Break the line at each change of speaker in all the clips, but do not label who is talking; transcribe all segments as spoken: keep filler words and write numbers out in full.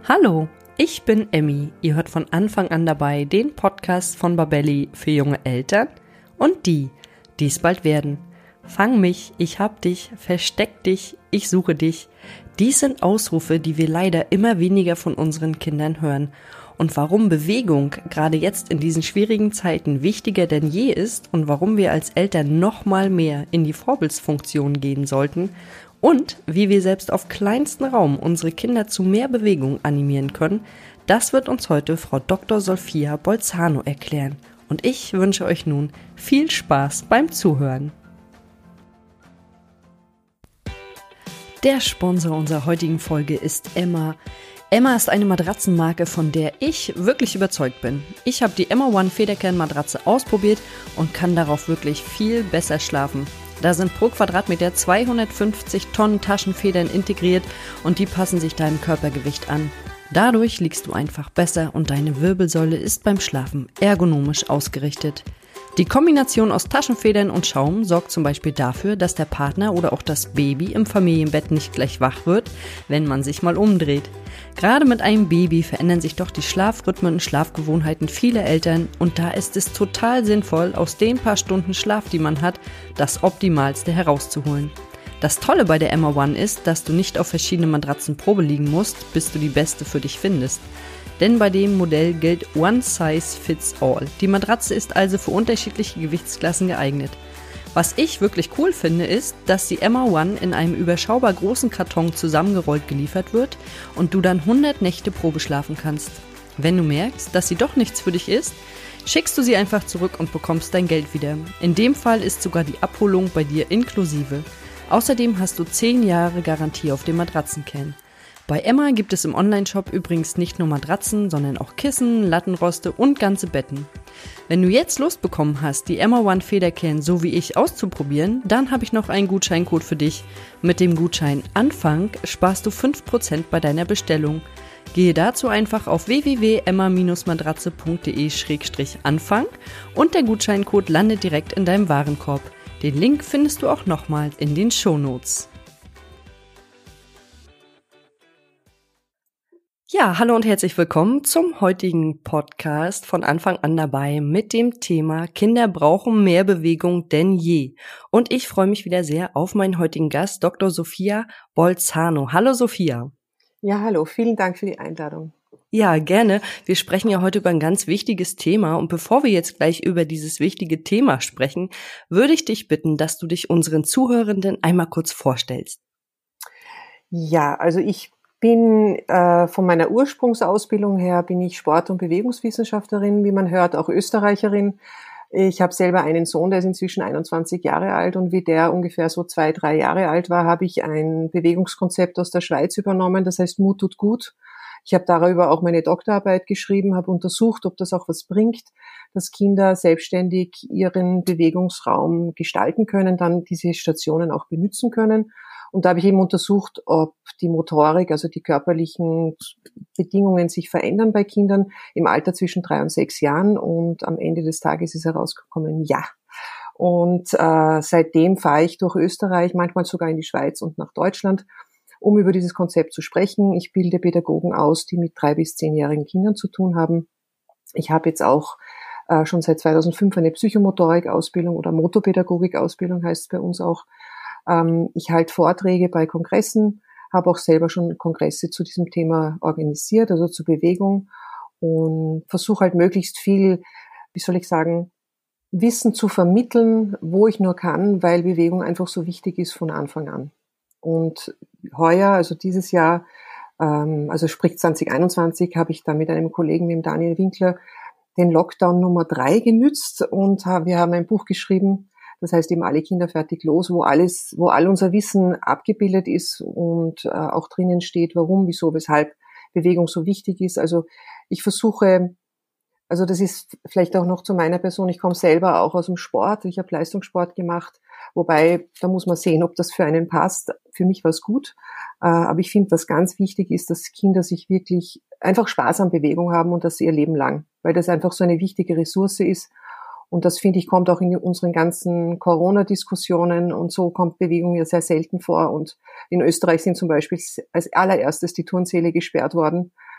Hallo, ich bin Emmy. Ihr hört von Anfang an dabei den Podcast von Babelli für junge Eltern und die, die es bald werden. Fang mich, ich hab dich, versteck dich, ich suche dich. Dies sind Ausrufe, die wir leider immer weniger von unseren Kindern hören. Und warum Bewegung gerade jetzt in diesen schwierigen Zeiten wichtiger denn je ist und warum wir als Eltern noch mal mehr in die Vorbildsfunktion gehen sollten und wie wir selbst auf kleinsten Raum unsere Kinder zu mehr Bewegung animieren können, das wird uns heute Frau Doktor Sophia Bolzano erklären. Und ich wünsche euch nun viel Spaß beim Zuhören. Der Sponsor unserer heutigen Folge ist Emma. Emma ist eine Matratzenmarke, von der ich wirklich überzeugt bin. Ich habe die Emma One Federkern-Matratze ausprobiert und kann darauf wirklich viel besser schlafen. Da sind pro Quadratmeter zweihundertfünfzig Tonnen Taschenfedern integriert und die passen sich deinem Körpergewicht an. Dadurch liegst du einfach besser und deine Wirbelsäule ist beim Schlafen ergonomisch ausgerichtet. Die Kombination aus Taschenfedern und Schaum sorgt zum Beispiel dafür, dass der Partner oder auch das Baby im Familienbett nicht gleich wach wird, wenn man sich mal umdreht. Gerade mit einem Baby verändern sich doch die Schlafrhythmen und Schlafgewohnheiten vieler Eltern und da ist es total sinnvoll, aus den paar Stunden Schlaf, die man hat, das Optimalste herauszuholen. Das Tolle bei der Emma One ist, dass du nicht auf verschiedene Matratzen Probe liegen musst, bis du die beste für dich findest. Denn bei dem Modell gilt One Size Fits All. Die Matratze ist also für unterschiedliche Gewichtsklassen geeignet. Was ich wirklich cool finde, ist, dass die Emma One in einem überschaubar großen Karton zusammengerollt geliefert wird und du dann hundert Nächte Probe schlafen kannst. Wenn du merkst, dass sie doch nichts für dich ist, schickst du sie einfach zurück und bekommst dein Geld wieder. In dem Fall ist sogar die Abholung bei dir inklusive. Außerdem hast du zehn Jahre Garantie auf den Matratzenkern. Bei Emma gibt es im Onlineshop übrigens nicht nur Matratzen, sondern auch Kissen, Lattenroste und ganze Betten. Wenn du jetzt Lust bekommen hast, die Emma One Federkern so wie ich auszuprobieren, dann habe ich noch einen Gutscheincode für dich. Mit dem Gutschein ANFANG sparst du fünf Prozent bei deiner Bestellung. Gehe dazu einfach auf w w w punkt emma matratze punkt de slash anfang und der Gutscheincode landet direkt in deinem Warenkorb. Den Link findest du auch nochmal in den Shownotes. Ja, hallo und herzlich willkommen zum heutigen Podcast von Anfang an dabei mit dem Thema Kinder brauchen mehr Bewegung denn je. Und ich freue mich wieder sehr auf meinen heutigen Gast, Doktor Sophia Bolzano. Hallo Sophia.
Ja, hallo, vielen Dank für die Einladung.
Ja, gerne. Wir sprechen ja heute über ein ganz wichtiges Thema und bevor wir jetzt gleich über dieses wichtige Thema sprechen, würde ich dich bitten, dass du dich unseren Zuhörenden einmal kurz vorstellst.
Ja, also ich bin äh, von meiner Ursprungsausbildung her bin ich Sport- und Bewegungswissenschaftlerin, wie man hört, auch Österreicherin. Ich habe selber einen Sohn, der ist inzwischen einundzwanzig Jahre alt und wie der ungefähr so zwei, drei Jahre alt war, habe ich ein Bewegungskonzept aus der Schweiz übernommen, das heißt Mut tut gut. Ich habe darüber auch meine Doktorarbeit geschrieben, habe untersucht, ob das auch was bringt, dass Kinder selbstständig ihren Bewegungsraum gestalten können, dann diese Stationen auch benutzen können. Und da habe ich eben untersucht, ob die Motorik, also die körperlichen Bedingungen sich verändern bei Kindern im Alter zwischen drei und sechs Jahren. Und am Ende des Tages ist herausgekommen, ja. Und äh, seitdem fahre ich durch Österreich, manchmal sogar in die Schweiz und nach Deutschland, um über dieses Konzept zu sprechen. Ich bilde Pädagogen aus, die mit drei- bis zehnjährigen Kindern zu tun haben. Ich habe jetzt auch äh, schon seit zweitausendfünf eine Psychomotorik-Ausbildung oder Motopädagogik-Ausbildung heißt es bei uns auch. Ähm, ich halte Vorträge bei Kongressen, habe auch selber schon Kongresse zu diesem Thema organisiert, also zur Bewegung und versuche halt möglichst viel, wie soll ich sagen, Wissen zu vermitteln, wo ich nur kann, weil Bewegung einfach so wichtig ist von Anfang an. Und heuer, also dieses Jahr, ähm, also sprich zwanzig einundzwanzig, habe ich da mit einem Kollegen, mit dem Daniel Winkler, den Lockdown Nummer drei genützt und wir haben ein Buch geschrieben, das heißt eben alle Kinder fertig los, wo alles, wo all unser Wissen abgebildet ist und äh, auch drinnen steht, warum, wieso, weshalb Bewegung so wichtig ist. Also ich versuche, also das ist vielleicht auch noch zu meiner Person, ich komme selber auch aus dem Sport, ich habe Leistungssport gemacht, wobei, da muss man sehen, ob das für einen passt. Für mich war es gut, äh, aber ich finde, was ganz wichtig ist, dass Kinder sich wirklich einfach Spaß an Bewegung haben und das ihr Leben lang, weil das einfach so eine wichtige Ressource ist. Und das, finde ich, kommt auch in unseren ganzen Corona-Diskussionen und so kommt Bewegung ja sehr selten vor. Und in Österreich sind zum Beispiel als allererstes die Turnsäle gesperrt worden,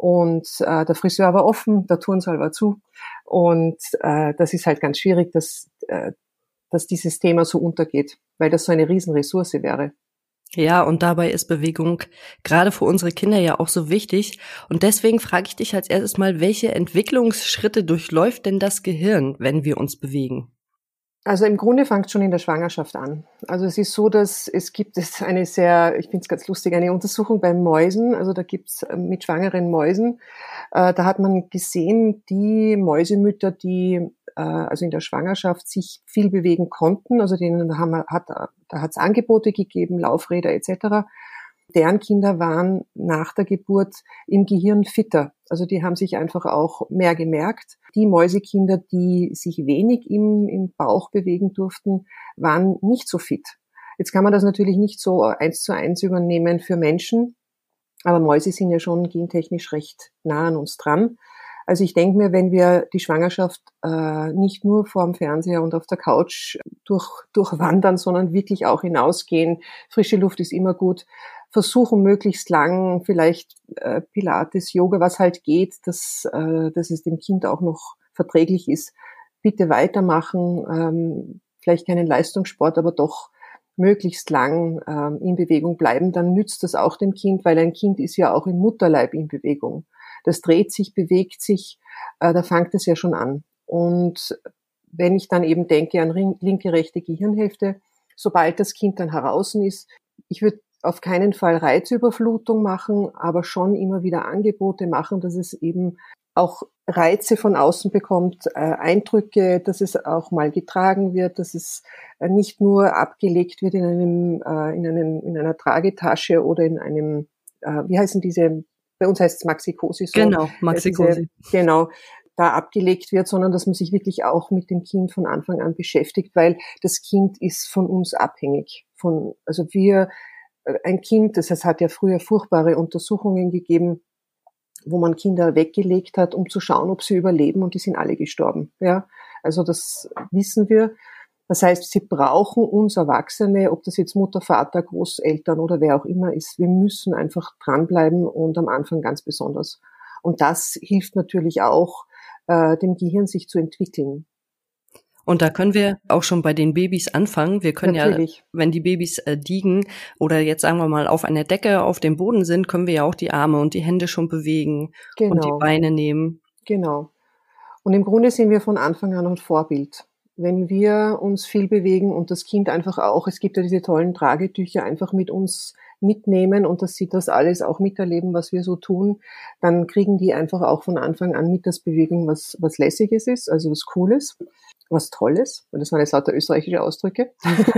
und äh, der Friseur war offen, der Turnsaal war zu und äh, das ist halt ganz schwierig, dass, äh, dass dieses Thema so untergeht, weil das so eine Riesenressource wäre.
Ja, und dabei ist Bewegung gerade für unsere Kinder ja auch so wichtig. Und deswegen frage ich dich als erstes mal, welche Entwicklungsschritte durchläuft denn das Gehirn, wenn wir uns bewegen?
Also im Grunde fängt es schon in der Schwangerschaft an. Also es ist so, dass es gibt es eine sehr, ich finde es ganz lustig, eine Untersuchung bei Mäusen. Also da gibt es mit schwangeren Mäusen, äh, da hat man gesehen, die Mäusemütter, die äh, also in der Schwangerschaft sich viel bewegen konnten, also denen haben, hat da hat es Angebote gegeben, Laufräder et cetera. Deren Kinder waren nach der Geburt im Gehirn fitter. Also die haben sich einfach auch mehr gemerkt. Die Mäusekinder, die sich wenig im, im Bauch bewegen durften, waren nicht so fit. Jetzt kann man das natürlich nicht so eins zu eins übernehmen für Menschen, aber Mäuse sind ja schon gentechnisch recht nah an uns dran. Also ich denke mir, wenn wir die Schwangerschaft äh, nicht nur vorm Fernseher und auf der Couch durch, durchwandern, sondern wirklich auch hinausgehen, frische Luft ist immer gut, versuchen möglichst lang, vielleicht äh, Pilates, Yoga, was halt geht, dass, äh, dass es dem Kind auch noch verträglich ist. Bitte weitermachen, ähm, vielleicht keinen Leistungssport, aber doch möglichst lang ähm, in Bewegung bleiben, dann nützt das auch dem Kind, weil ein Kind ist ja auch im Mutterleib in Bewegung. Das dreht sich, bewegt sich, äh, da fängt es ja schon an. Und wenn ich dann eben denke an linke, rechte Gehirnhälfte, sobald das Kind dann heraus ist, ich würde auf keinen Fall Reizüberflutung machen, aber schon immer wieder Angebote machen, dass es eben auch Reize von außen bekommt, äh, Eindrücke, dass es auch mal getragen wird, dass es äh, nicht nur abgelegt wird in einem, äh, in einem, in einer Tragetasche oder in einem, äh, wie heißen diese, bei uns heißt es Maxi-Cosi so.
Genau, Maxi-Cosi.
Diese, genau, da abgelegt wird, sondern dass man sich wirklich auch mit dem Kind von Anfang an beschäftigt, weil das Kind ist von uns abhängig. Von, also wir, ein Kind, das heißt, hat ja früher furchtbare Untersuchungen gegeben, wo man Kinder weggelegt hat, um zu schauen, ob sie überleben, und die sind alle gestorben. Ja, also das wissen wir. Das heißt, sie brauchen uns Erwachsene, ob das jetzt Mutter, Vater, Großeltern oder wer auch immer ist. Wir müssen einfach dranbleiben und am Anfang ganz besonders. Und das hilft natürlich auch, äh, dem Gehirn sich zu entwickeln.
Und da können wir auch schon bei den Babys anfangen. Wir können
Natürlich.
ja, wenn die Babys äh, liegen oder jetzt sagen wir mal auf einer Decke auf dem Boden sind, können wir ja auch die Arme und die Hände schon bewegen
Genau.
und die Beine nehmen.
Genau. Und im Grunde sind wir von Anfang an ein Vorbild. Wenn wir uns viel bewegen und das Kind einfach auch, es gibt ja diese tollen Tragetücher, einfach mit uns mitnehmen und dass sie das alles auch miterleben, was wir so tun, dann kriegen die einfach auch von Anfang an mit, dass Bewegung was, was Lässiges ist, also was Cooles, was Tolles, weil das waren jetzt lauter österreichische Ausdrücke.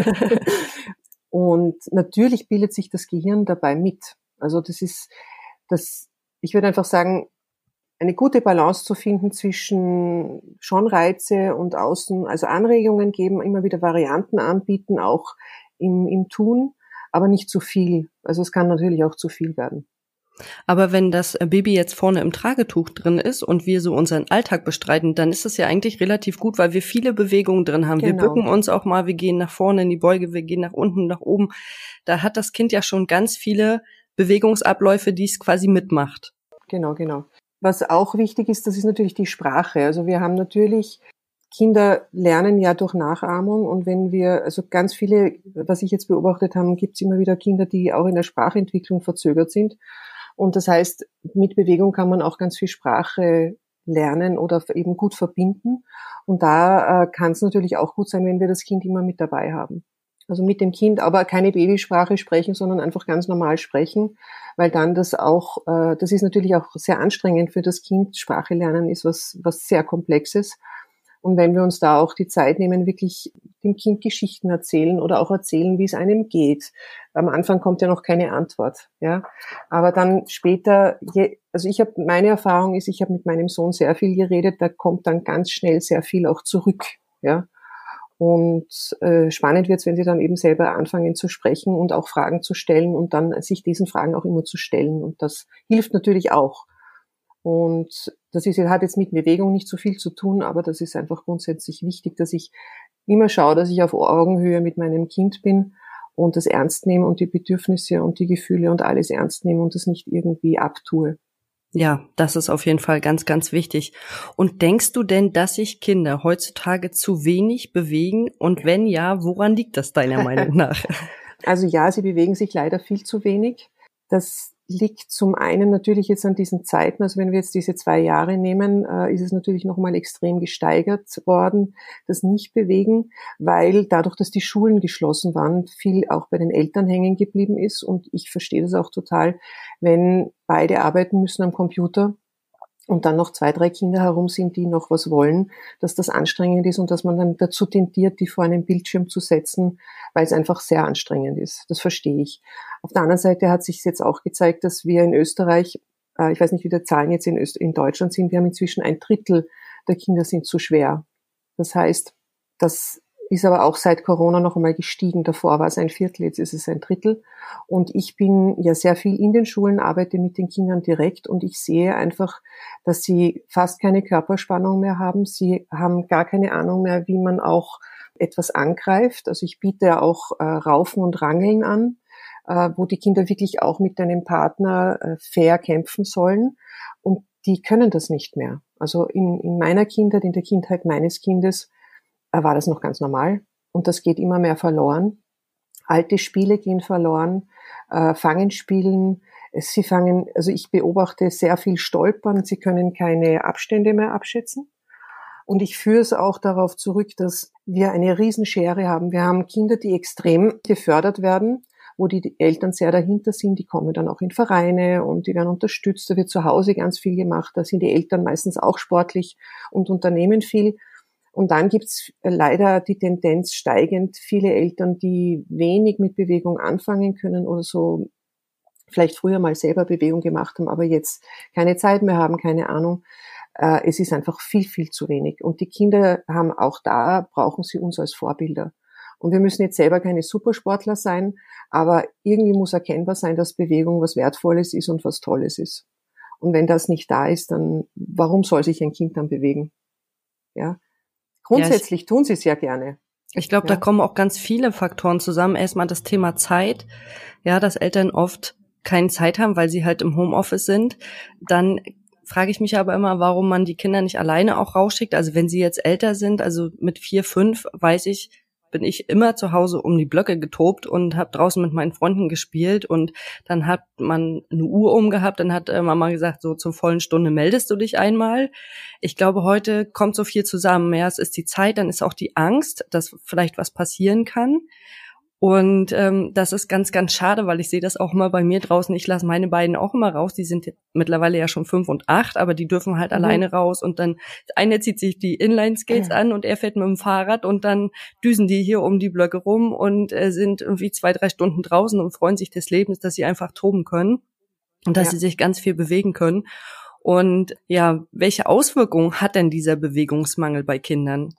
Und natürlich bildet sich das Gehirn dabei mit. Also das ist, das, ich würde einfach sagen, eine gute Balance zu finden zwischen schon Reize und außen, also Anregungen geben, immer wieder Varianten anbieten, auch im, im Tun, aber nicht zu viel. Also es kann natürlich auch zu viel werden.
Aber wenn das Baby jetzt vorne im Tragetuch drin ist und wir so unseren Alltag bestreiten, dann ist es ja eigentlich relativ gut, weil wir viele Bewegungen drin haben. Genau. Wir bücken uns auch mal, wir gehen nach vorne in die Beuge, wir gehen nach unten, nach oben. Da hat das Kind ja schon ganz viele Bewegungsabläufe, die es quasi mitmacht.
Genau, genau. Was auch wichtig ist, das ist natürlich die Sprache. Also wir haben natürlich, Kinder lernen ja durch Nachahmung, und wenn wir, also ganz viele, was ich jetzt beobachtet habe, gibt es immer wieder Kinder, die auch in der Sprachentwicklung verzögert sind. Und das heißt, mit Bewegung kann man auch ganz viel Sprache lernen oder eben gut verbinden. Und da äh, kann es natürlich auch gut sein, wenn wir das Kind immer mit dabei haben. Also mit dem Kind aber keine Babysprache sprechen, sondern einfach ganz normal sprechen, weil dann das auch, äh, das ist natürlich auch sehr anstrengend für das Kind. Sprache lernen ist was, was sehr Komplexes. Und wenn wir uns da auch die Zeit nehmen, wirklich dem Kind Geschichten erzählen oder auch erzählen, wie es einem geht. Am Anfang kommt ja noch keine Antwort, ja. Aber dann später, je, also ich habe, meine Erfahrung ist, ich habe mit meinem Sohn sehr viel geredet, da kommt dann ganz schnell sehr viel auch zurück, ja. Und äh, spannend wird's, wenn sie dann eben selber anfangen zu sprechen und auch Fragen zu stellen und dann sich diesen Fragen auch immer zu stellen. Und das hilft natürlich auch. Und das ist, hat jetzt mit Bewegung nicht so viel zu tun, aber das ist einfach grundsätzlich wichtig, dass ich immer schaue, dass ich auf Augenhöhe mit meinem Kind bin und das ernst nehme und die Bedürfnisse und die Gefühle und alles ernst nehme und das nicht irgendwie abtue.
Ja, das ist auf jeden Fall ganz, ganz wichtig. Und denkst du denn, dass sich Kinder heutzutage zu wenig bewegen? Und wenn ja, woran liegt das deiner Meinung nach?
Also ja, sie bewegen sich leider viel zu wenig. Das liegt zum einen natürlich jetzt an diesen Zeiten. Also wenn wir jetzt diese zwei Jahre nehmen, äh, ist es natürlich nochmal extrem gesteigert worden, das Nichtbewegen, weil dadurch, dass die Schulen geschlossen waren, viel auch bei den Eltern hängen geblieben ist. Und ich verstehe das auch total, wenn beide arbeiten müssen am Computer und dann noch zwei, drei Kinder herum sind, die noch was wollen, dass das anstrengend ist und dass man dann dazu tendiert, die vor einen Bildschirm zu setzen, weil es einfach sehr anstrengend ist. Das verstehe ich. Auf der anderen Seite hat sich jetzt auch gezeigt, dass wir in Österreich, äh, ich weiß nicht, wie die Zahlen jetzt in, Öst- in Deutschland sind, wir haben inzwischen ein Drittel der Kinder sind zu schwer. Das heißt, das ist aber auch seit Corona noch einmal gestiegen. Davor war es ein Viertel, jetzt ist es ein Drittel. Und ich bin ja sehr viel in den Schulen, arbeite mit den Kindern direkt und ich sehe einfach, dass sie fast keine Körperspannung mehr haben. Sie haben gar keine Ahnung mehr, wie man auch etwas angreift. Also ich biete ja auch äh, Raufen und Rangeln an, äh, wo die Kinder wirklich auch mit einem Partner äh, fair kämpfen sollen. Und die können das nicht mehr. Also in, in meiner Kindheit, in der Kindheit meines Kindes, war das noch ganz normal und das geht immer mehr verloren. Alte Spiele gehen verloren, äh, Fangen spielen, sie fangen, also ich beobachte sehr viel Stolpern, sie können keine Abstände mehr abschätzen und ich führe es auch darauf zurück, dass wir eine Riesenschere haben. Wir haben Kinder, die extrem gefördert werden, wo die Eltern sehr dahinter sind, die kommen dann auch in Vereine und die werden unterstützt, da wird zu Hause ganz viel gemacht, da sind die Eltern meistens auch sportlich und unternehmen viel. Und dann gibt's leider die Tendenz steigend, viele Eltern, die wenig mit Bewegung anfangen können oder so vielleicht früher mal selber Bewegung gemacht haben, aber jetzt keine Zeit mehr haben, keine Ahnung. Es ist einfach viel, viel zu wenig. Und die Kinder haben auch da, brauchen sie uns als Vorbilder. Und wir müssen jetzt selber keine Supersportler sein, aber irgendwie muss erkennbar sein, dass Bewegung was Wertvolles ist und was Tolles ist. Und wenn das nicht da ist, dann warum soll sich ein Kind dann bewegen? Ja. Grundsätzlich ja, ich, tun sie es ja gerne.
Ich glaube, ja. Da kommen auch ganz viele Faktoren zusammen. Erstmal das Thema Zeit, ja, dass Eltern oft keine Zeit haben, weil sie halt im Homeoffice sind. Dann frage ich mich aber immer, warum man die Kinder nicht alleine auch rausschickt. Also wenn sie jetzt älter sind, also mit vier, fünf, weiß ich, bin ich immer zu Hause um die Blöcke getobt und habe draußen mit meinen Freunden gespielt und dann hat man eine Uhr umgehabt, dann hat äh, Mama gesagt, so zur vollen Stunde meldest du dich einmal. Ich glaube, heute kommt so viel zusammen. Ja, es ist die Zeit, dann ist auch die Angst, dass vielleicht was passieren kann. Und ähm, das ist ganz, ganz schade, weil ich sehe das auch immer bei mir draußen. Ich lasse meine beiden auch immer raus. Die sind mittlerweile ja schon fünf und acht, aber die dürfen halt mhm. alleine raus. Und dann, eine zieht sich die Inline-Skates mhm. an und er fährt mit dem Fahrrad und dann düsen die hier um die Blöcke rum und äh, sind irgendwie zwei, drei Stunden draußen und freuen sich des Lebens, dass sie einfach toben können und dass ja. sie sich ganz viel bewegen können. Und ja, welche Auswirkungen hat denn dieser Bewegungsmangel bei Kindern?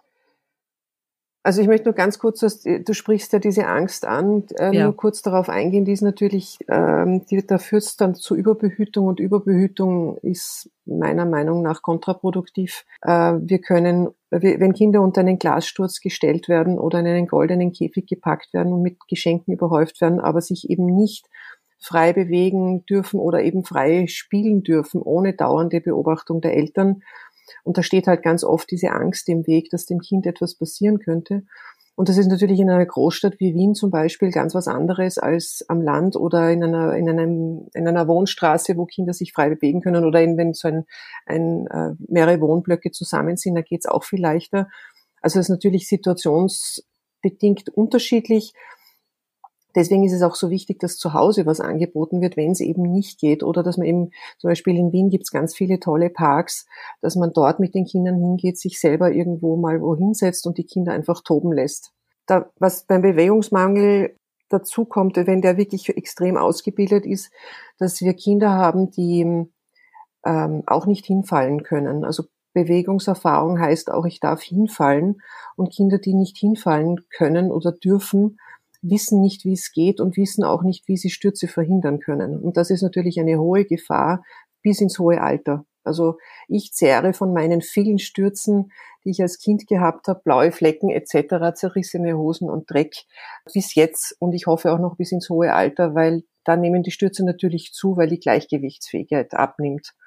Also ich möchte nur ganz kurz, du sprichst ja diese Angst an, äh, ja. nur kurz darauf eingehen, die ist natürlich, ähm, die, da führt es dann zu Überbehütung und Überbehütung ist meiner Meinung nach kontraproduktiv. Äh, wir können, wenn Kinder unter einen Glassturz gestellt werden oder in einen goldenen Käfig gepackt werden und mit Geschenken überhäuft werden, aber sich eben nicht frei bewegen dürfen oder eben frei spielen dürfen, ohne dauernde Beobachtung der Eltern. Und da steht halt ganz oft diese Angst im Weg, dass dem Kind etwas passieren könnte. Und das ist natürlich in einer Großstadt wie Wien zum Beispiel ganz was anderes als am Land oder in einer, in einem, in einer Wohnstraße, wo Kinder sich frei bewegen können oder in, wenn so ein, ein, äh, mehrere Wohnblöcke zusammen sind, da geht's auch viel leichter. Also das ist natürlich situationsbedingt unterschiedlich. Deswegen ist es auch so wichtig, dass zu Hause was angeboten wird, wenn es eben nicht geht. Oder dass man eben, zum Beispiel in Wien gibt es ganz viele tolle Parks, dass man dort mit den Kindern hingeht, sich selber irgendwo mal wo hinsetzt und die Kinder einfach toben lässt. Da, was beim Bewegungsmangel dazu kommt, wenn der wirklich extrem ausgebildet ist, dass wir Kinder haben, die ähm, auch nicht hinfallen können. Also Bewegungserfahrung heißt auch, ich darf hinfallen. Und Kinder, die nicht hinfallen können oder dürfen, wissen nicht, wie es geht und wissen auch nicht, wie sie Stürze verhindern können. Und das ist natürlich eine hohe Gefahr bis ins hohe Alter. Also ich zehre von meinen vielen Stürzen, die ich als Kind gehabt habe, blaue Flecken et cetera, zerrissene Hosen und Dreck bis jetzt und ich hoffe auch noch bis ins hohe Alter, weil dann nehmen die Stürze natürlich zu, weil die Gleichgewichtsfähigkeit abnimmt.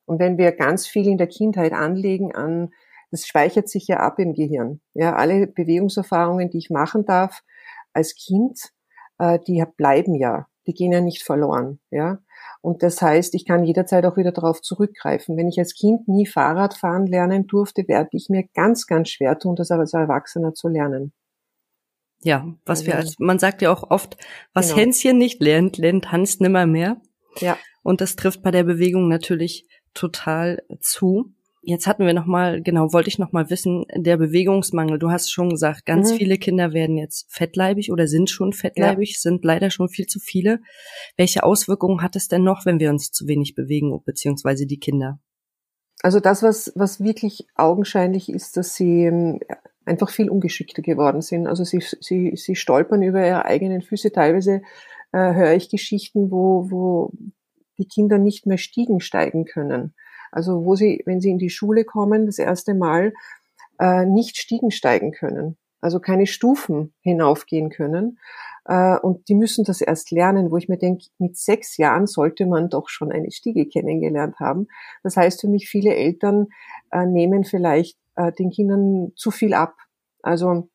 Und wenn wir ganz viel in der Kindheit anlegen an, das speichert sich ja ab im Gehirn. Ja, alle Bewegungserfahrungen, die ich machen darf als Kind, äh, die bleiben ja, die gehen ja nicht verloren. Ja, und das heißt, ich kann jederzeit auch wieder darauf zurückgreifen. Wenn ich als Kind nie Fahrrad fahren lernen durfte, werde ich mir ganz, ganz schwer tun, das als Erwachsener zu lernen.
Ja, was also, wir als, man sagt ja auch oft, was genau. Hänschen nicht lernt, lernt Hans nimmer mehr.
Ja.
Und das trifft bei der Bewegung natürlich total zu. Jetzt hatten wir nochmal, genau, wollte ich nochmal wissen, der Bewegungsmangel. Du hast schon gesagt, ganz mhm. viele Kinder werden jetzt fettleibig oder sind schon fettleibig, ja. sind leider schon viel zu viele. Welche Auswirkungen hat es denn noch, wenn wir uns zu wenig bewegen, beziehungsweise die Kinder?
Also das, was, was wirklich augenscheinlich ist, dass sie einfach viel ungeschickter geworden sind. Also sie, sie, sie stolpern über ihre eigenen Füße. Teilweise äh, höre ich Geschichten, wo, wo die Kinder nicht mehr Stiegen steigen können. Also wo sie, wenn sie in die Schule kommen, das erste Mal äh, nicht Stiegen steigen können, also keine Stufen hinaufgehen können. Äh, und die müssen das erst lernen, wo ich mir denke, mit sechs Jahren sollte man doch schon eine Stiege kennengelernt haben. Das heißt für mich, viele Eltern äh, nehmen vielleicht äh, den Kindern zu viel ab. Also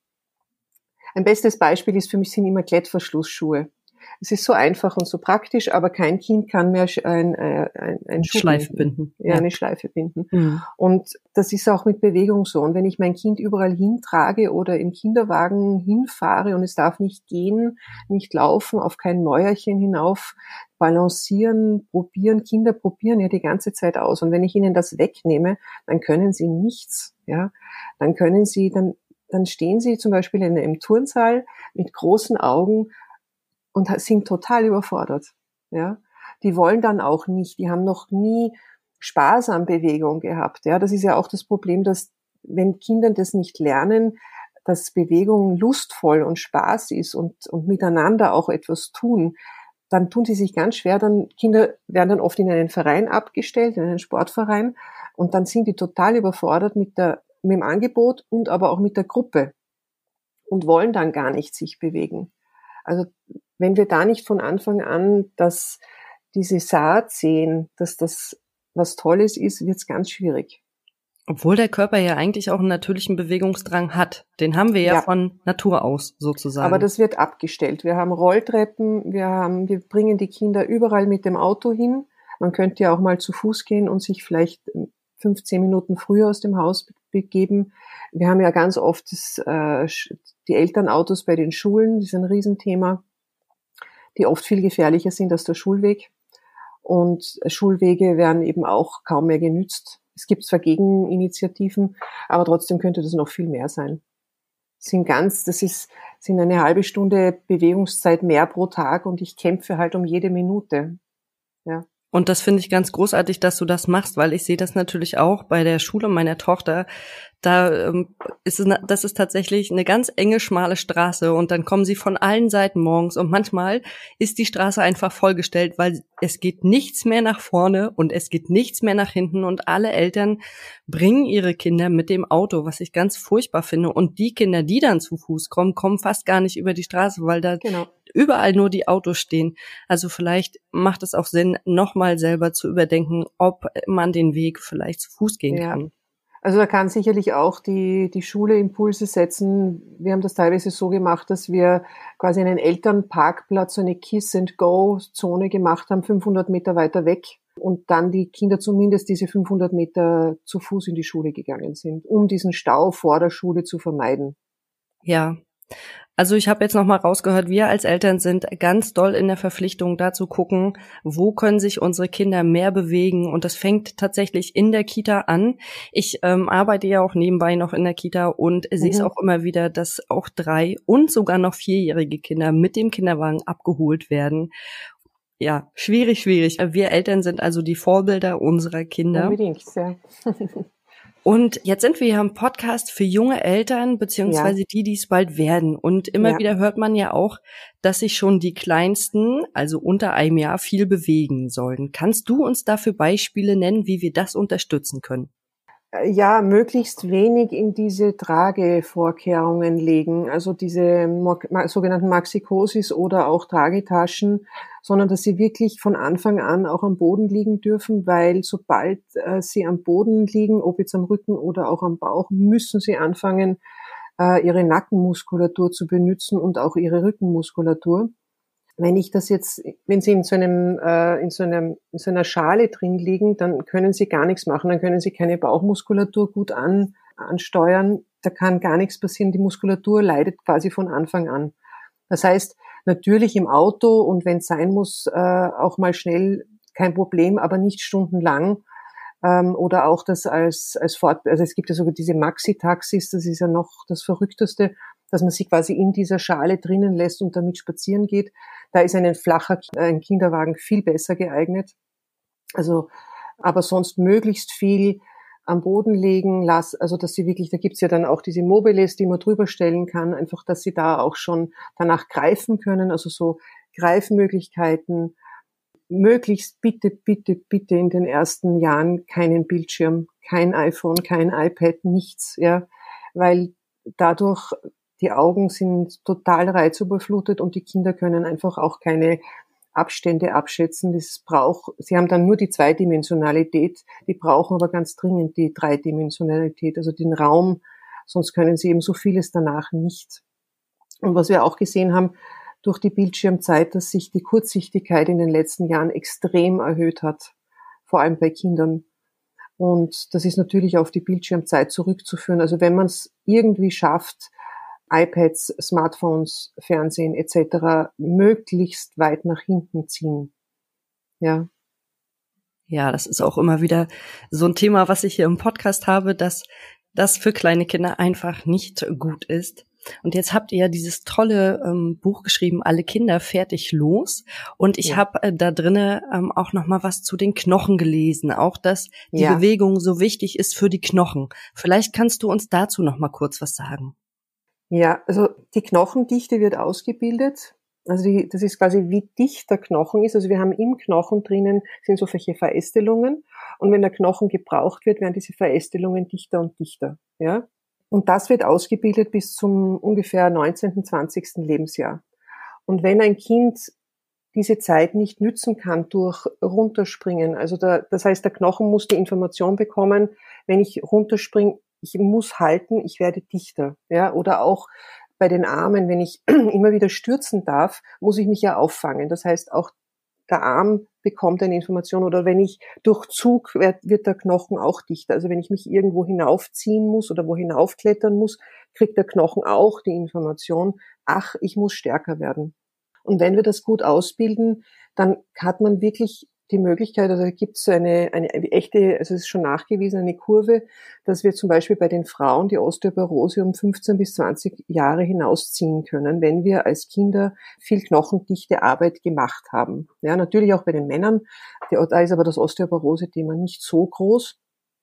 ein bestes Beispiel ist für mich sind immer Klettverschlussschuhe. Es ist so einfach und so praktisch, aber kein Kind kann mehr ein, ein, ein
Schleife binden.
Ja, ja, eine Schleife binden. Mhm. Und das ist auch mit Bewegung so. Und wenn ich mein Kind überall hintrage oder im Kinderwagen hinfahre und es darf nicht gehen, nicht laufen, auf kein Mäuerchen hinauf, balancieren, probieren, Kinder probieren ja die ganze Zeit aus. Und wenn ich ihnen das wegnehme, dann können sie nichts. Ja, dann können sie, dann, dann stehen sie zum Beispiel in einem Turnsaal mit großen Augen und sind total überfordert, ja. Die wollen dann auch nicht, die haben noch nie Spaß an Bewegung gehabt, ja. Das ist ja auch das Problem, dass, wenn Kinder das nicht lernen, dass Bewegung lustvoll und Spaß ist und, und miteinander auch etwas tun, dann tun sie sich ganz schwer, dann, Kinder werden dann oft in einen Verein abgestellt, in einen Sportverein, und dann sind die total überfordert mit der, mit dem Angebot und aber auch mit der Gruppe und wollen dann gar nicht sich bewegen. Also, wenn wir da nicht von Anfang an dass diese Saat sehen, dass das was Tolles ist, wird's ganz schwierig.
Obwohl der Körper ja eigentlich auch einen natürlichen Bewegungsdrang hat. Den haben wir ja, ja von Natur aus sozusagen.
Aber das wird abgestellt. Wir haben Rolltreppen, wir haben, wir bringen die Kinder überall mit dem Auto hin. Man könnte ja auch mal zu Fuß gehen und sich vielleicht fünfzehn Minuten früher aus dem Haus begeben. Wir haben ja ganz oft das, äh, die Elternautos bei den Schulen, das ist ein Riesenthema, die oft viel gefährlicher sind als der Schulweg. Und Schulwege werden eben auch kaum mehr genützt. Es gibt zwar Gegeninitiativen, aber trotzdem könnte das noch viel mehr sein. Sind ganz, das ist, sind eine halbe Stunde Bewegungszeit mehr pro Tag und ich kämpfe halt um jede Minute. Ja.
Und das finde ich ganz großartig, dass du das machst, weil ich sehe das natürlich auch bei der Schule meiner Tochter. Da ähm, ist es, das ist tatsächlich eine ganz enge, schmale Straße und dann kommen sie von allen Seiten morgens und manchmal ist die Straße einfach vollgestellt, weil es geht nichts mehr nach vorne und es geht nichts mehr nach hinten und alle Eltern bringen ihre Kinder mit dem Auto, was ich ganz furchtbar finde. Und die Kinder, die dann zu Fuß kommen, kommen fast gar nicht über die Straße, weil da genau. überall nur die Autos stehen. Also vielleicht macht es auch Sinn, nochmal selber zu überdenken, ob man den Weg vielleicht zu Fuß gehen
ja.
kann.
Also da kann sicherlich auch die, die Schule Impulse setzen. Wir haben das teilweise so gemacht, dass wir quasi einen Elternparkplatz, so eine Kiss-and-Go-Zone gemacht haben, fünfhundert Meter weiter weg. Und dann die Kinder zumindest diese fünfhundert Meter zu Fuß in die Schule gegangen sind, um diesen Stau vor der Schule zu vermeiden.
Ja. Also ich habe jetzt noch mal rausgehört, wir als Eltern sind ganz doll in der Verpflichtung, da zu gucken, wo können sich unsere Kinder mehr bewegen. Und das fängt tatsächlich in der Kita an. Ich ähm, arbeite ja auch nebenbei noch in der Kita und mhm. sehe es auch immer wieder, dass auch drei- und sogar noch vierjährige Kinder mit dem Kinderwagen abgeholt werden. Ja, schwierig, schwierig. Wir Eltern sind also die Vorbilder unserer Kinder.
Unbedingt, ja.
Und jetzt sind wir hier im Podcast für junge Eltern, beziehungsweise ja. die, die es bald werden. Und immer ja. wieder hört man ja auch, dass sich schon die Kleinsten, also unter einem Jahr, viel bewegen sollen. Kannst du uns dafür Beispiele nennen, wie wir das unterstützen können?
Ja, möglichst wenig in diese Tragevorkehrungen legen, also diese mo- sogenannten Maxikosis oder auch Tragetaschen, sondern dass sie wirklich von Anfang an auch am Boden liegen dürfen, weil sobald äh, sie am Boden liegen, ob jetzt am Rücken oder auch am Bauch, müssen sie anfangen, äh, ihre Nackenmuskulatur zu benutzen und auch ihre Rückenmuskulatur. Wenn ich das jetzt, wenn Sie in so einem, äh, in so einem, in so einer Schale drin liegen, dann können Sie gar nichts machen, dann können Sie keine Bauchmuskulatur gut an, ansteuern, da kann gar nichts passieren, die Muskulatur leidet quasi von Anfang an. Das heißt, natürlich im Auto und wenn es sein muss, äh, auch mal schnell, kein Problem, aber nicht stundenlang, ähm, oder auch das als, als Fort, also es gibt ja sogar diese Maxi-Taxis, das ist ja noch das Verrückteste, dass man sich quasi in dieser Schale drinnen lässt und damit spazieren geht. Da ist ein flacher ein Kinderwagen viel besser geeignet. Also, aber sonst möglichst viel am Boden legen, lass, also dass sie wirklich, da gibt's ja dann auch diese Mobiles, die man drüber stellen kann, einfach, dass sie da auch schon danach greifen können, also so Greifmöglichkeiten. Möglichst bitte, bitte, bitte in den ersten Jahren keinen Bildschirm, kein iPhone, kein iPad, nichts, ja, weil dadurch die Augen sind total reizüberflutet und die Kinder können einfach auch keine Abstände abschätzen. Das braucht, sie haben dann nur die Zweidimensionalität, die brauchen aber ganz dringend die Dreidimensionalität, also den Raum, sonst können sie eben so vieles danach nicht. Und was wir auch gesehen haben, durch die Bildschirmzeit, dass sich die Kurzsichtigkeit in den letzten Jahren extrem erhöht hat, vor allem bei Kindern. Und das ist natürlich auf die Bildschirmzeit zurückzuführen. Also wenn man es irgendwie schafft, iPads, Smartphones, Fernsehen et cetera möglichst weit nach hinten ziehen. Ja.
Ja, das ist auch immer wieder so ein Thema, was ich hier im Podcast habe, dass das für kleine Kinder einfach nicht gut ist. Und jetzt habt ihr ja dieses tolle ähm, Buch geschrieben, Alle Kinder fertig los. Und ich ja. habe äh, da drinnen ähm, auch noch mal was zu den Knochen gelesen. Auch, dass die ja. Bewegung so wichtig ist für die Knochen. Vielleicht kannst du uns dazu noch mal kurz was sagen.
Ja, also die Knochendichte wird ausgebildet. Also die, das ist quasi, wie dicht der Knochen ist. Also wir haben im Knochen drinnen, sind so welche Verästelungen. Und wenn der Knochen gebraucht wird, werden diese Verästelungen dichter und dichter. Ja. Und das wird ausgebildet bis zum ungefähr neunzehnten, zwanzigsten Lebensjahr. Und wenn ein Kind diese Zeit nicht nützen kann durch Runterspringen, also der, das heißt, der Knochen muss die Information bekommen, wenn ich runterspringe, ich muss halten, ich werde dichter. Ja, oder auch bei den Armen, wenn ich immer wieder stürzen darf, muss ich mich ja auffangen. Das heißt, auch der Arm bekommt eine Information, oder wenn ich durch Zug wird, wird der Knochen auch dichter. Also wenn ich mich irgendwo hinaufziehen muss oder wo hinaufklettern muss, kriegt der Knochen auch die Information, ach, ich muss stärker werden. Und wenn wir das gut ausbilden, dann hat man wirklich die Möglichkeit, also gibt es so eine, eine, eine echte, also es ist schon nachgewiesen, eine Kurve, dass wir zum Beispiel bei den Frauen die Osteoporose um fünfzehn bis zwanzig Jahre hinausziehen können, wenn wir als Kinder viel knochendichte Arbeit gemacht haben. Ja, natürlich auch bei den Männern, da ist aber das Osteoporose-Thema nicht so groß.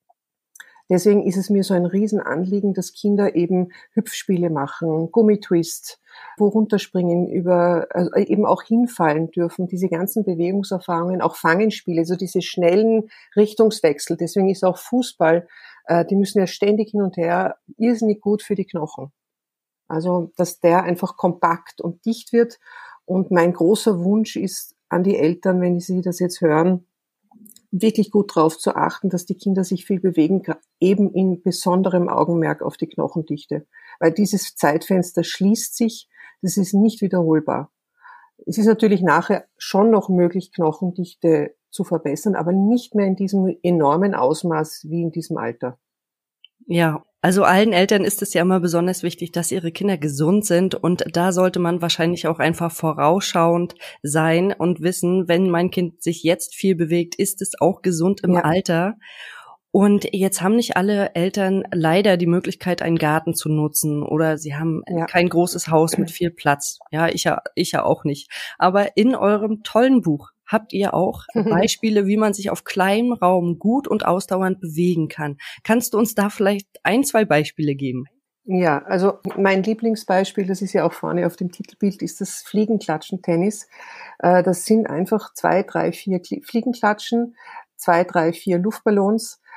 Deswegen ist es mir so ein Riesenanliegen, dass Kinder eben Hüpfspiele machen, Gummitwist, wo runterspringen, über, also eben auch hinfallen dürfen, diese ganzen Bewegungserfahrungen, auch Fangenspiele, also diese schnellen Richtungswechsel. Deswegen ist auch Fußball, äh, die müssen ja ständig hin und her, irrsinnig gut für die Knochen. Also, dass der einfach kompakt und dicht wird. Und mein großer Wunsch ist an die Eltern, wenn sie das jetzt hören, wirklich gut drauf zu achten, dass die Kinder sich viel bewegen, eben in besonderem Augenmerk auf die Knochendichte. Weil dieses Zeitfenster schließt sich, das ist nicht wiederholbar. Es ist natürlich nachher schon noch möglich, Knochendichte zu verbessern, aber nicht mehr in diesem enormen Ausmaß wie in diesem Alter.
Ja, also allen Eltern ist es ja immer besonders wichtig, dass ihre Kinder gesund sind, und da sollte man wahrscheinlich auch einfach vorausschauend sein und wissen, wenn mein Kind sich jetzt viel bewegt, ist es auch gesund im ja. Alter. Und jetzt haben nicht alle Eltern leider die Möglichkeit, einen Garten zu nutzen, oder sie haben ja. kein großes Haus mit viel Platz. Ja, ich ja, ich ja auch nicht. Aber in eurem tollen Buch habt ihr auch Beispiele, wie man sich auf kleinem Raum gut und ausdauernd bewegen kann. Kannst du uns da vielleicht ein, zwei Beispiele geben?
Ja, also mein Lieblingsbeispiel, das ist ja auch vorne auf dem Titelbild, ist das Fliegenklatschen-Tennis. Das sind einfach zwei, drei, vier Fliegenklatschen, zwei, drei, vier Luftballons.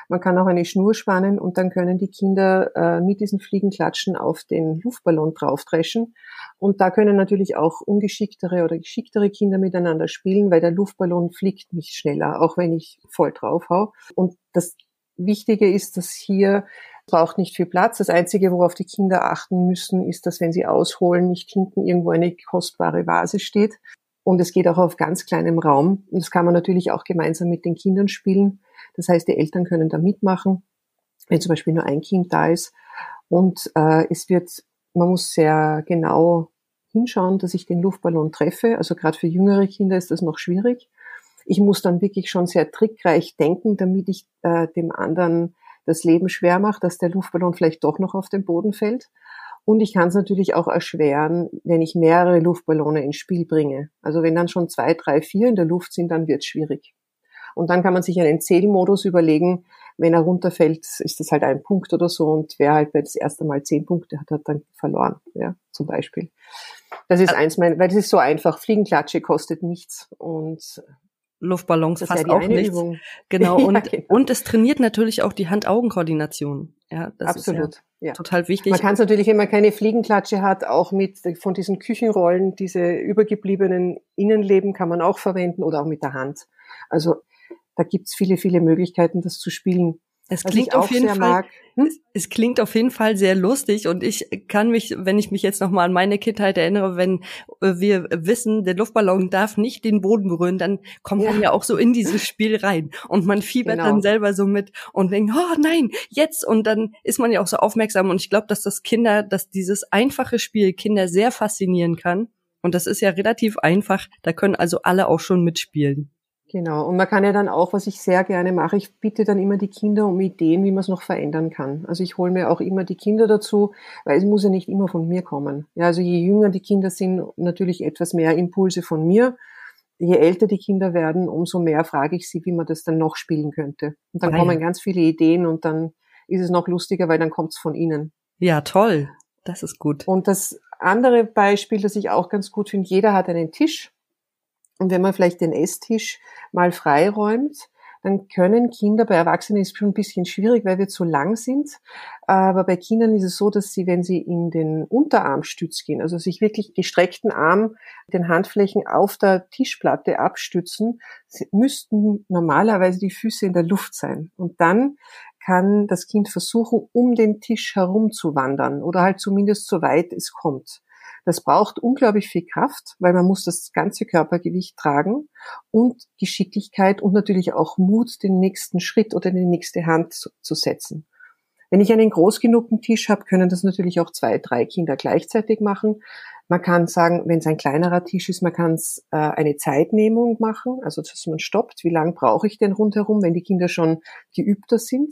Man kann auch eine Schnur spannen und dann können die Kinder äh, mit diesen Fliegenklatschen auf den Luftballon draufdreschen. Und da können natürlich auch ungeschicktere oder geschicktere Kinder miteinander spielen, weil der Luftballon fliegt nicht schneller, auch wenn ich voll drauf hau. Und das Wichtige ist, dass hier braucht nicht viel Platz. Das Einzige, worauf die Kinder achten müssen, ist, dass wenn sie ausholen, nicht hinten irgendwo eine kostbare Vase steht. Und es geht auch auf ganz kleinem Raum. Und das kann man natürlich auch gemeinsam mit den Kindern spielen. Das heißt, die Eltern können da mitmachen, wenn zum Beispiel nur ein Kind da ist. Und äh, es wird, man muss sehr genau hinschauen, dass ich den Luftballon treffe. Also gerade für jüngere Kinder ist das noch schwierig. Ich muss dann wirklich schon sehr trickreich denken, damit ich äh, dem anderen das Leben schwer mache, dass der Luftballon vielleicht doch noch auf den Boden fällt. Und ich kann es natürlich auch erschweren, wenn ich mehrere Luftballone ins Spiel bringe. Also wenn dann schon zwei, drei, vier in der Luft sind, dann wird es schwierig. Und dann kann man sich einen Zählmodus überlegen. Wenn er runterfällt, ist das halt ein Punkt oder so. Und wer halt das erste Mal zehn Punkte hat, hat dann verloren, ja, zum Beispiel. Das ist eins meiner, weil das ist so einfach. Fliegenklatsche kostet nichts und
Luftballons fast ja auch nichts. Übung. Genau, und, ja, genau. Und es trainiert natürlich auch die Hand-Augen-Koordination. Ja, das
absolut.
Ist ja
ja.
total wichtig.
Man kann es natürlich, wenn man keine Fliegenklatsche hat, auch mit von diesen Küchenrollen, diese übergebliebenen Innenleben kann man auch verwenden oder auch mit der Hand. Also da gibt's viele, viele Möglichkeiten, das zu spielen.
Es klingt auf jeden Fall, hm? es, es klingt auf jeden Fall sehr lustig und ich kann mich, wenn ich mich jetzt nochmal an meine Kindheit erinnere, wenn wir wissen, der Luftballon darf nicht den Boden berühren, dann kommt ja. man ja auch so in dieses Spiel rein und man fiebert genau. dann selber so mit und denkt, oh nein, jetzt und dann ist man ja auch so aufmerksam und ich glaube, dass das Kinder, dass dieses einfache Spiel Kinder sehr faszinieren kann und das ist ja relativ einfach, da können also alle auch schon mitspielen.
Genau. Und man kann ja dann auch, was ich sehr gerne mache, ich bitte dann immer die Kinder um Ideen, wie man es noch verändern kann. Also ich hole mir auch immer die Kinder dazu, weil es muss ja nicht immer von mir kommen. Ja, also je jünger die Kinder sind, natürlich etwas mehr Impulse von mir. Je älter die Kinder werden, umso mehr frage ich sie, wie man das dann noch spielen könnte. Und dann ah, kommen ja. ganz viele Ideen und dann ist es noch lustiger, weil dann kommt es von ihnen.
Ja, toll. Das ist gut.
Und das andere Beispiel, das ich auch ganz gut finde, jeder hat einen Tisch. Und wenn man vielleicht den Esstisch mal freiräumt, dann können Kinder, bei Erwachsenen ist es schon ein bisschen schwierig, weil wir zu lang sind, aber bei Kindern ist es so, dass sie, wenn sie in den Unterarmstütz gehen, also sich wirklich gestreckten Arm, den Handflächen auf der Tischplatte abstützen, müssten normalerweise die Füße in der Luft sein. Und dann kann das Kind versuchen, um den Tisch herum zu wandern oder halt zumindest so weit es kommt. Das braucht unglaublich viel Kraft, weil man muss das ganze Körpergewicht tragen und Geschicklichkeit und natürlich auch Mut, den nächsten Schritt oder die nächste Hand zu, zu setzen. Wenn ich einen groß genugen Tisch habe, können das natürlich auch zwei, drei Kinder gleichzeitig machen. Man kann sagen, wenn es ein kleinerer Tisch ist, man kann es äh, eine Zeitnehmung machen, also dass man stoppt, wie lang brauche ich denn rundherum, wenn die Kinder schon geübter sind.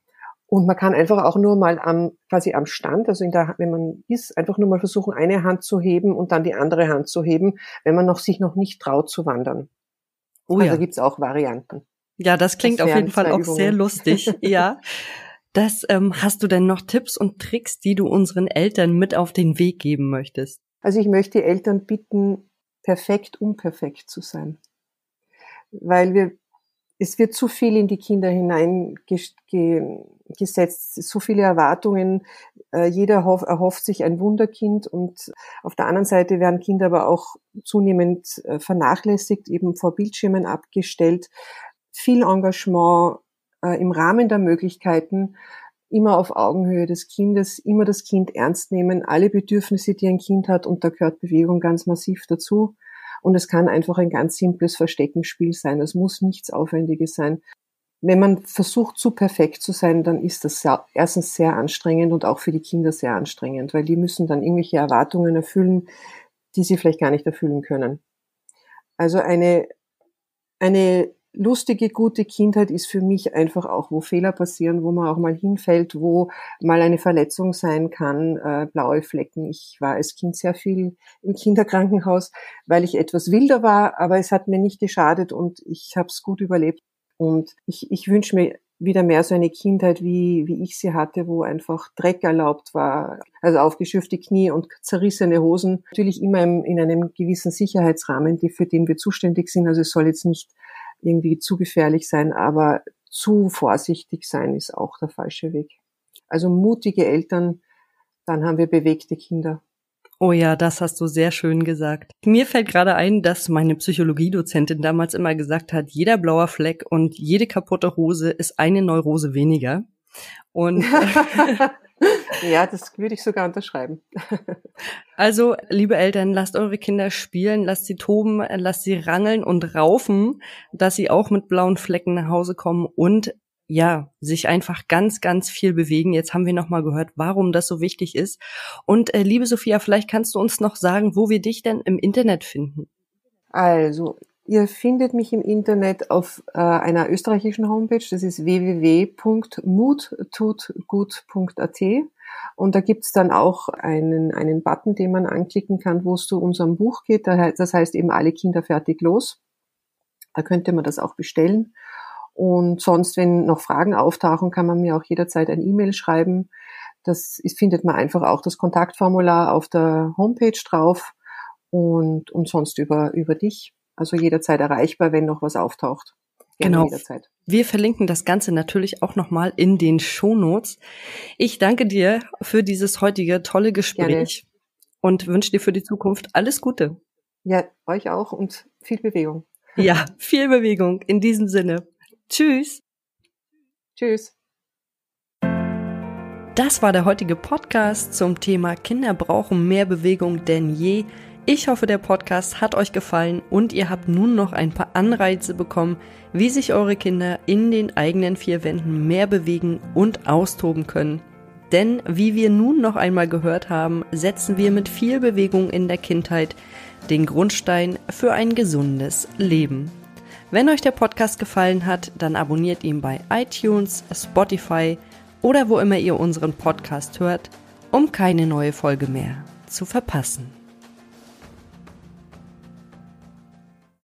Und man kann einfach auch nur mal am, quasi am Stand, also in der, wenn man ist, einfach nur mal versuchen, eine Hand zu heben und dann die andere Hand zu heben, wenn man noch, sich noch nicht traut zu wandern.
Oh
also
ja.
da gibt's auch Varianten.
Ja, das klingt
das
auf jeden Fall auch
Übungen.
Sehr lustig. Ja. Das, ähm, hast du denn noch Tipps und Tricks, die du unseren Eltern mit auf den Weg geben möchtest?
Also ich möchte die Eltern bitten, perfekt unperfekt zu sein. Weil wir, es wird zu viel in die Kinder hineingesetzt, so viele Erwartungen. Jeder erhofft sich ein Wunderkind und auf der anderen Seite werden Kinder aber auch zunehmend vernachlässigt, eben vor Bildschirmen abgestellt. Viel Engagement im Rahmen der Möglichkeiten, immer auf Augenhöhe des Kindes, immer das Kind ernst nehmen, alle Bedürfnisse, die ein Kind hat, und da gehört Bewegung ganz massiv dazu. Und es kann einfach ein ganz simples Versteckenspiel sein. Es muss nichts Aufwendiges sein. Wenn man versucht, zu perfekt zu sein, dann ist das sehr, erstens sehr anstrengend und auch für die Kinder sehr anstrengend, weil die müssen dann irgendwelche Erwartungen erfüllen, die sie vielleicht gar nicht erfüllen können. Also eine, eine lustige, gute Kindheit ist für mich einfach auch, wo Fehler passieren, wo man auch mal hinfällt, wo mal eine Verletzung sein kann, äh, blaue Flecken. Ich war als Kind sehr viel im Kinderkrankenhaus, weil ich etwas wilder war, aber es hat mir nicht geschadet und ich habe es gut überlebt. Und ich, ich wünsche mir wieder mehr so eine Kindheit, wie, wie ich sie hatte, wo einfach Dreck erlaubt war, also aufgeschürfte Knie und zerrissene Hosen. Natürlich immer im, in einem gewissen Sicherheitsrahmen, die, für den wir zuständig sind. Also es soll jetzt nicht irgendwie zu gefährlich sein, aber zu vorsichtig sein ist auch der falsche Weg. Also mutige Eltern, dann haben wir bewegte Kinder.
Oh ja, das hast du sehr schön gesagt. Mir fällt gerade ein, dass meine Psychologiedozentin damals immer gesagt hat, jeder blauer Fleck und jede kaputte Hose ist eine Neurose weniger. Und
ja, das würde ich sogar unterschreiben.
Also, liebe Eltern, lasst eure Kinder spielen, lasst sie toben, lasst sie rangeln und raufen, dass sie auch mit blauen Flecken nach Hause kommen und ja, sich einfach ganz, ganz viel bewegen. Jetzt haben wir nochmal gehört, warum das so wichtig ist. Und äh, liebe Sophia, vielleicht kannst du uns noch sagen, wo wir dich denn im Internet finden.
Also, ihr findet mich im Internet auf äh, einer österreichischen Homepage, das ist w w w punkt mut tut gut punkt a t und da gibt's dann auch einen einen Button, den man anklicken kann, wo es zu unserem Buch geht, das heißt eben Alle Kinder fertig los. Da könnte man das auch bestellen. Und sonst, wenn noch Fragen auftauchen, kann man mir auch jederzeit ein E-Mail schreiben. Das ist, findet man einfach auch das Kontaktformular auf der Homepage drauf und, und sonst über, über dich. Also jederzeit erreichbar, wenn noch was auftaucht. Gerne
Genau.
Jederzeit.
Wir verlinken das Ganze natürlich auch nochmal in den Shownotes. Ich danke dir für dieses heutige tolle Gespräch Gerne. Und wünsche dir für die Zukunft alles Gute.
Ja, euch auch und viel Bewegung.
Ja, viel Bewegung in diesem Sinne. Tschüss.
Tschüss.
Das war der heutige Podcast zum Thema Kinder brauchen mehr Bewegung denn je. Ich hoffe, der Podcast hat euch gefallen und ihr habt nun noch ein paar Anreize bekommen, wie sich eure Kinder in den eigenen vier Wänden mehr bewegen und austoben können. Denn, wie wir nun noch einmal gehört haben, setzen wir mit viel Bewegung in der Kindheit den Grundstein für ein gesundes Leben. Wenn euch der Podcast gefallen hat, dann abonniert ihn bei iTunes, Spotify oder wo immer ihr unseren Podcast hört, um keine neue Folge mehr zu verpassen.